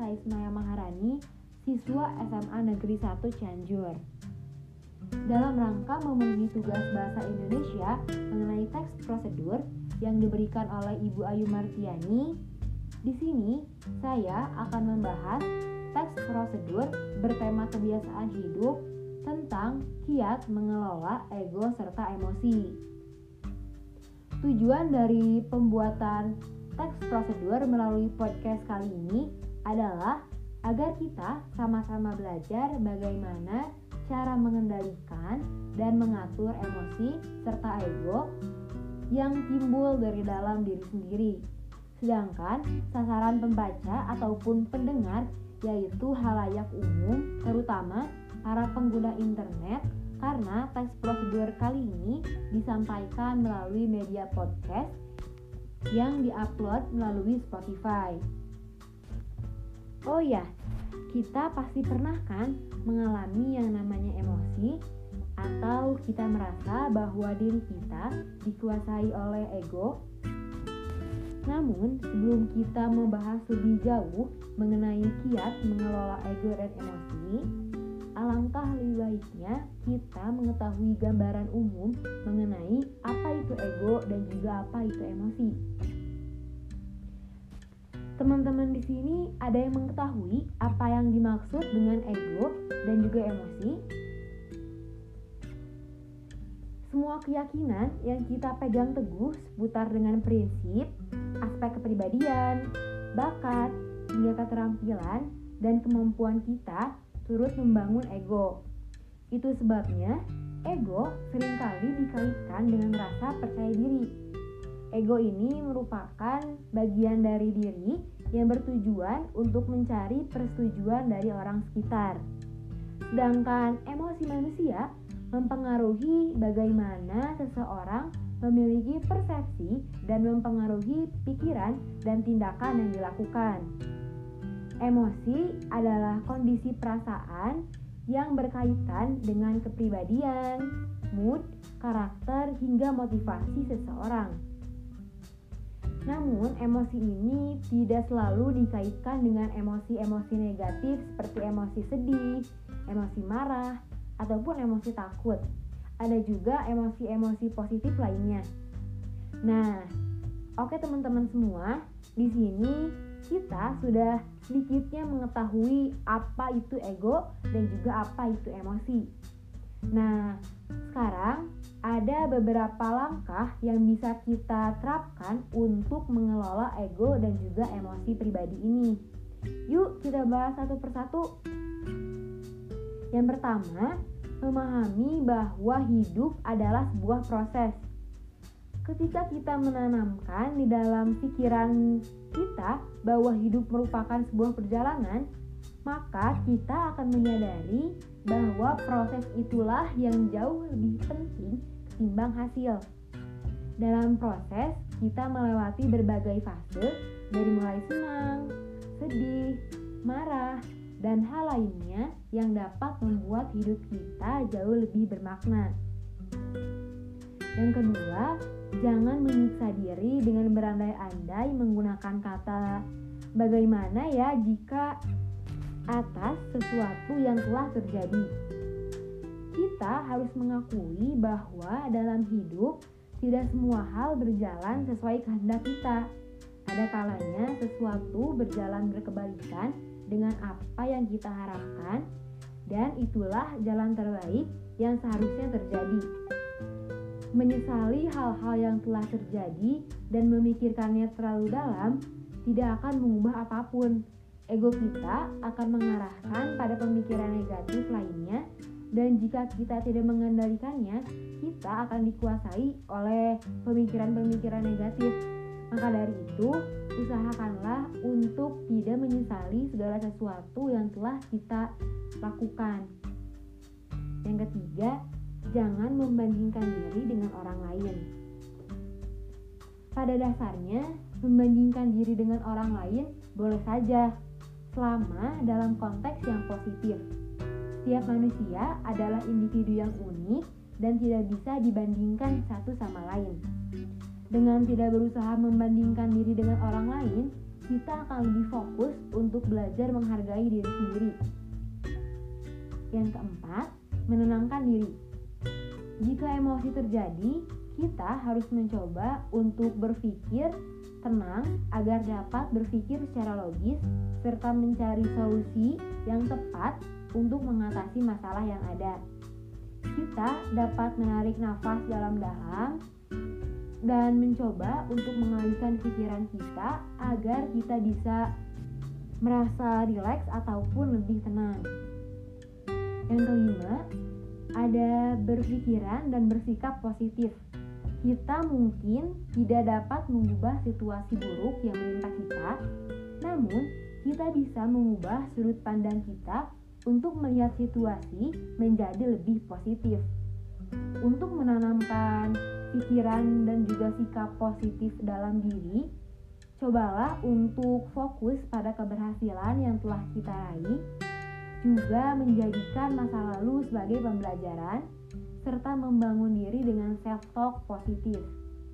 Saismaya Maharani, siswa SMA Negeri 1 Cianjur. Dalam rangka memenuhi tugas bahasa Indonesia mengenai teks prosedur yang diberikan oleh Ibu Ayu Martiani, di sini saya akan membahas teks prosedur bertema kebiasaan hidup tentang kiat mengelola ego serta emosi. Tujuan dari pembuatan teks prosedur melalui podcast kali ini adalah agar kita sama-sama belajar bagaimana cara mengendalikan dan mengatur emosi serta ego yang timbul dari dalam diri sendiri. Sedangkan sasaran pembaca ataupun pendengar yaitu halayak umum, terutama para pengguna internet, karena teks prosedur kali ini disampaikan melalui media podcast yang diupload melalui Spotify. Oh ya, kita pasti pernah kan mengalami yang namanya emosi, atau kita merasa bahwa diri kita dikuasai oleh ego. Namun, sebelum kita membahas lebih jauh mengenai kiat mengelola ego dan emosi, alangkah lebih baiknya kita mengetahui gambaran umum mengenai apa itu ego dan juga apa itu emosi. Teman-teman di sini ada yang mengetahui apa yang dimaksud dengan ego dan juga emosi? Semua keyakinan yang kita pegang teguh seputar dengan prinsip, aspek kepribadian, bakat, hingga keterampilan dan kemampuan kita turut membangun ego. Itu sebabnya ego seringkali dikaitkan dengan rasa percaya diri. Ego ini merupakan bagian dari diri yang bertujuan untuk mencari persetujuan dari orang sekitar. Sedangkan emosi manusia mempengaruhi bagaimana seseorang memiliki persepsi dan mempengaruhi pikiran dan tindakan yang dilakukan. Emosi adalah kondisi perasaan yang berkaitan dengan kepribadian, mood, karakter, hingga motivasi seseorang. Namun, emosi ini tidak selalu dikaitkan dengan emosi-emosi negatif seperti emosi sedih, emosi marah, ataupun emosi takut. Ada juga emosi-emosi positif lainnya. Nah, oke teman-teman semua, di sini kita sudah sedikitnya mengetahui apa itu ego dan juga apa itu emosi. Nah, sekarang ada beberapa langkah yang bisa kita terapkan untuk mengelola ego dan juga emosi pribadi ini. Yuk kita bahas satu persatu. Yang pertama, memahami bahwa hidup adalah sebuah proses. Ketika kita menanamkan di dalam pikiran kita bahwa hidup merupakan sebuah perjalanan, maka kita akan menyadari bahwa proses itulah yang jauh lebih penting ketimbang hasil. Dalam proses, kita melewati berbagai fase dari mulai senang, sedih, marah, dan hal lainnya yang dapat membuat hidup kita jauh lebih bermakna. Yang kedua, jangan menyiksa diri dengan berandai-andai menggunakan kata bagaimana ya jika atas sesuatu yang telah terjadi. Kita harus mengakui bahwa dalam hidup tidak semua hal berjalan sesuai kehendak kita. Ada kalanya sesuatu berjalan berkebalikan dengan apa yang kita harapkan, dan itulah jalan terbaik yang seharusnya terjadi. Menyesali hal-hal yang telah terjadi dan memikirkannya terlalu dalam tidak akan mengubah apapun. Ego kita akan mengarahkan pada pemikiran negatif lainnya, dan jika kita tidak mengendalikannya, kita akan dikuasai oleh pemikiran-pemikiran negatif. Maka dari itu, usahakanlah untuk tidak menyesali segala sesuatu yang telah kita lakukan. Yang ketiga, jangan membandingkan diri dengan orang lain. Pada dasarnya, membandingkan diri dengan orang lain boleh saja, selama dalam konteks yang positif. Setiap manusia adalah individu yang unik dan tidak bisa dibandingkan satu sama lain. Dengan tidak berusaha membandingkan diri dengan orang lain, kita akan lebih fokus untuk belajar menghargai diri sendiri. Yang keempat, menenangkan diri. Jika emosi terjadi, kita harus mencoba untuk berpikir tenang agar dapat berpikir secara logis serta mencari solusi yang tepat untuk mengatasi masalah yang ada. Kita dapat menarik nafas dalam-dalam dan mencoba untuk mengalihkan pikiran kita agar kita bisa merasa rileks ataupun lebih tenang. Yang kelima, ada berpikiran dan bersikap positif. Kita mungkin tidak dapat mengubah situasi buruk yang menimpa kita, namun kita bisa mengubah sudut pandang kita untuk melihat situasi menjadi lebih positif. Untuk menanamkan pikiran dan juga sikap positif dalam diri, cobalah untuk fokus pada keberhasilan yang telah kita raih, juga menjadikan masa lalu sebagai pembelajaran, serta membangun diri dengan self-talk positif.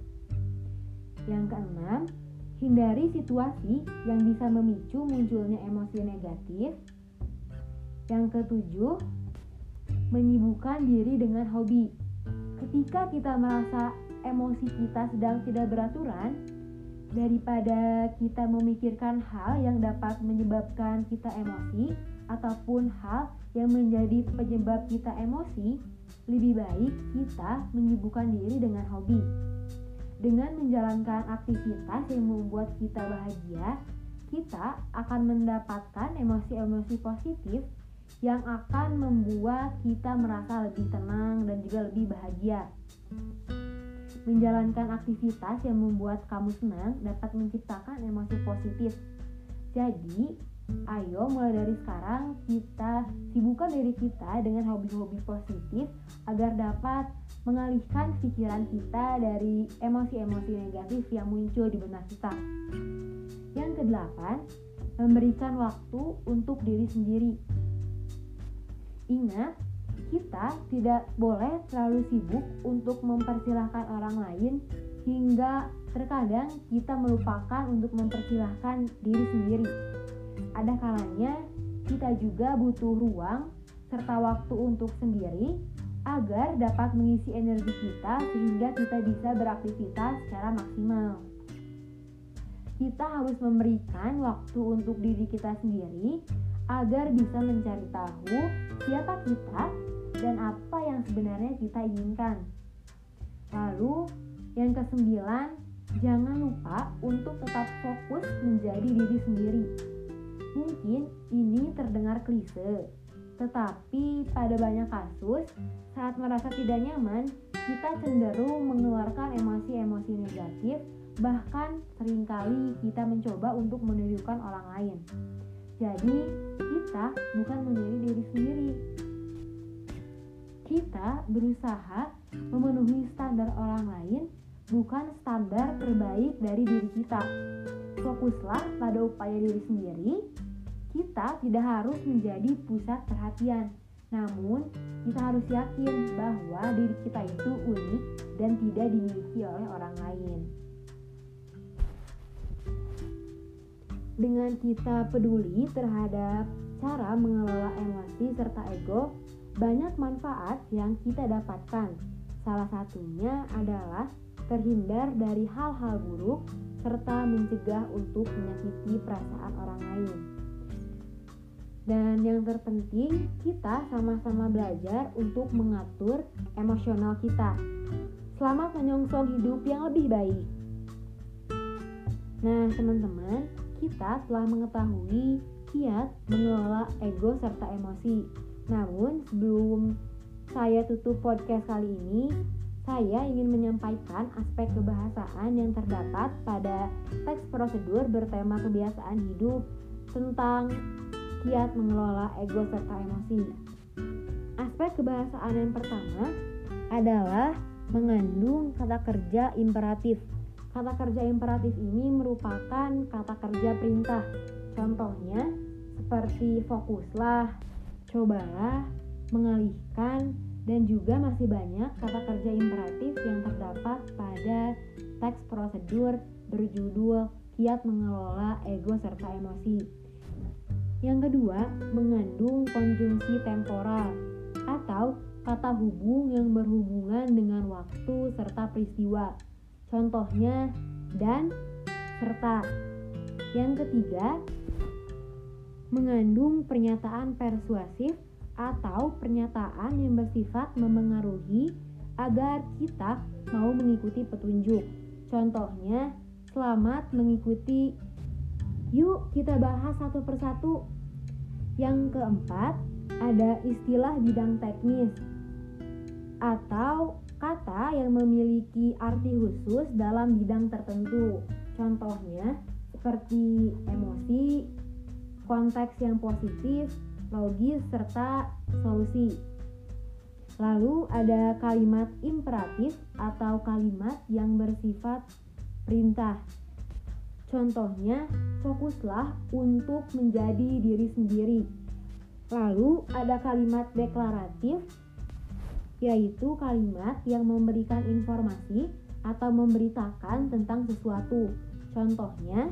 Yang keenam, hindari situasi yang bisa memicu munculnya emosi negatif. Yang ketujuh, menyibukkan diri dengan hobi. Ketika kita merasa emosi kita sedang tidak beraturan, daripada kita memikirkan hal yang dapat menyebabkan kita emosi ataupun hal yang menjadi penyebab kita emosi, lebih baik kita menyibukkan diri dengan hobi. Dengan menjalankan aktivitas yang membuat kita bahagia, kita akan mendapatkan emosi-emosi positif yang akan membuat kita merasa lebih tenang dan juga lebih bahagia. Menjalankan aktivitas yang membuat kamu senang dapat menciptakan emosi positif. Jadi, ayo mulai dari sekarang kita sibukkan diri kita dengan hobi-hobi positif agar dapat mengalihkan pikiran kita dari emosi-emosi negatif yang muncul di benak kita. Yang kedelapan, memberikan waktu untuk diri sendiri. Ingat, kita tidak boleh terlalu sibuk untuk mempersilahkan orang lain hingga terkadang kita melupakan untuk mempersilahkan diri sendiri. Ada kalanya kita juga butuh ruang serta waktu untuk sendiri agar dapat mengisi energi kita sehingga kita bisa beraktivitas secara maksimal. Kita harus memberikan waktu untuk diri kita sendiri agar bisa mencari tahu siapa kita dan apa yang sebenarnya kita inginkan. Lalu yang kesembilan, jangan lupa untuk tetap fokus menjadi diri sendiri. Mungkin ini terdengar klise, tetapi pada banyak kasus saat merasa tidak nyaman, kita cenderung mengeluarkan emosi-emosi negatif, bahkan seringkali kita mencoba untuk menirukan orang lain. Jadi kita bukan menjadi diri sendiri. Kita berusaha memenuhi standar orang lain, bukan standar terbaik dari diri kita. Fokuslah pada upaya diri sendiri. Kita tidak harus menjadi pusat perhatian, namun kita harus yakin bahwa diri kita itu unik dan tidak dimiliki oleh orang lain. Dengan kita peduli terhadap cara mengelola emosi serta ego, banyak manfaat yang kita dapatkan. Salah satunya adalah terhindar dari hal-hal buruk serta mencegah untuk menyakiti perasaan orang lain. Dan yang terpenting, kita sama-sama belajar untuk mengatur emosional kita. Selamat menyongsong hidup yang lebih baik. Nah, teman-teman, kita telah mengetahui kiat mengelola ego serta emosi. Namun, sebelum saya tutup podcast kali ini, saya ingin menyampaikan aspek kebahasaan yang terdapat pada teks prosedur bertema kebiasaan hidup tentang kiat mengelola ego serta emosi. Aspek kebahasaan yang pertama adalah mengandung kata kerja imperatif. Kata kerja imperatif ini merupakan kata kerja perintah. Contohnya seperti fokuslah, cobalah, mengalihkan, dan juga masih banyak kata kerja imperatif yang terdapat pada teks prosedur berjudul kiat mengelola ego serta emosi. Yang kedua, mengandung konjungsi temporal atau kata hubung yang berhubungan dengan waktu serta peristiwa. Contohnya dan, serta. Yang ketiga, mengandung pernyataan persuasif atau pernyataan yang bersifat memengaruhi agar kita mau mengikuti petunjuk. Contohnya, selamat mengikuti. Yuk kita bahas satu persatu. Yang keempat, ada istilah bidang teknis atau kata yang memiliki arti khusus dalam bidang tertentu. Contohnya seperti emosi, konteks yang positif, logis, serta solusi. Lalu ada kalimat imperatif atau kalimat yang bersifat perintah. Contohnya, fokuslah untuk menjadi diri sendiri. Lalu ada kalimat deklaratif, yaitu kalimat yang memberikan informasi atau memberitakan tentang sesuatu. Contohnya,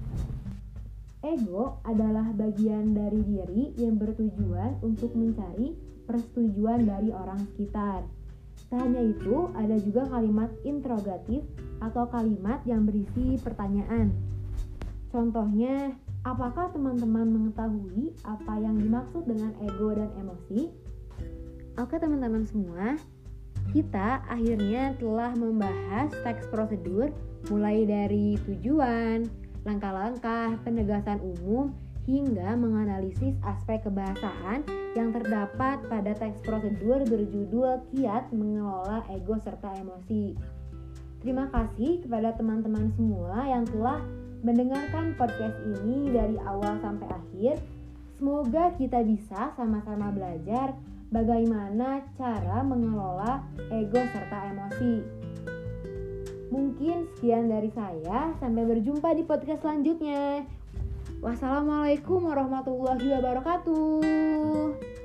ego adalah bagian dari diri yang bertujuan untuk mencari persetujuan dari orang sekitar. Tak hanya itu, ada juga kalimat interrogatif atau kalimat yang berisi pertanyaan. Contohnya, apakah teman-teman mengetahui apa yang dimaksud dengan ego dan emosi? Oke teman-teman semua, kita akhirnya telah membahas teks prosedur mulai dari tujuan, langkah-langkah, penegasan umum, hingga menganalisis aspek kebahasaan yang terdapat pada teks prosedur berjudul Kiat Mengelola Ego serta Emosi. Terima kasih kepada teman-teman semua yang telah mendengarkan podcast ini dari awal sampai akhir. Semoga kita bisa sama-sama belajar bagaimana cara mengelola ego serta emosi. Mungkin sekian dari saya, sampai berjumpa di podcast selanjutnya. Wassalamualaikum warahmatullahi wabarakatuh.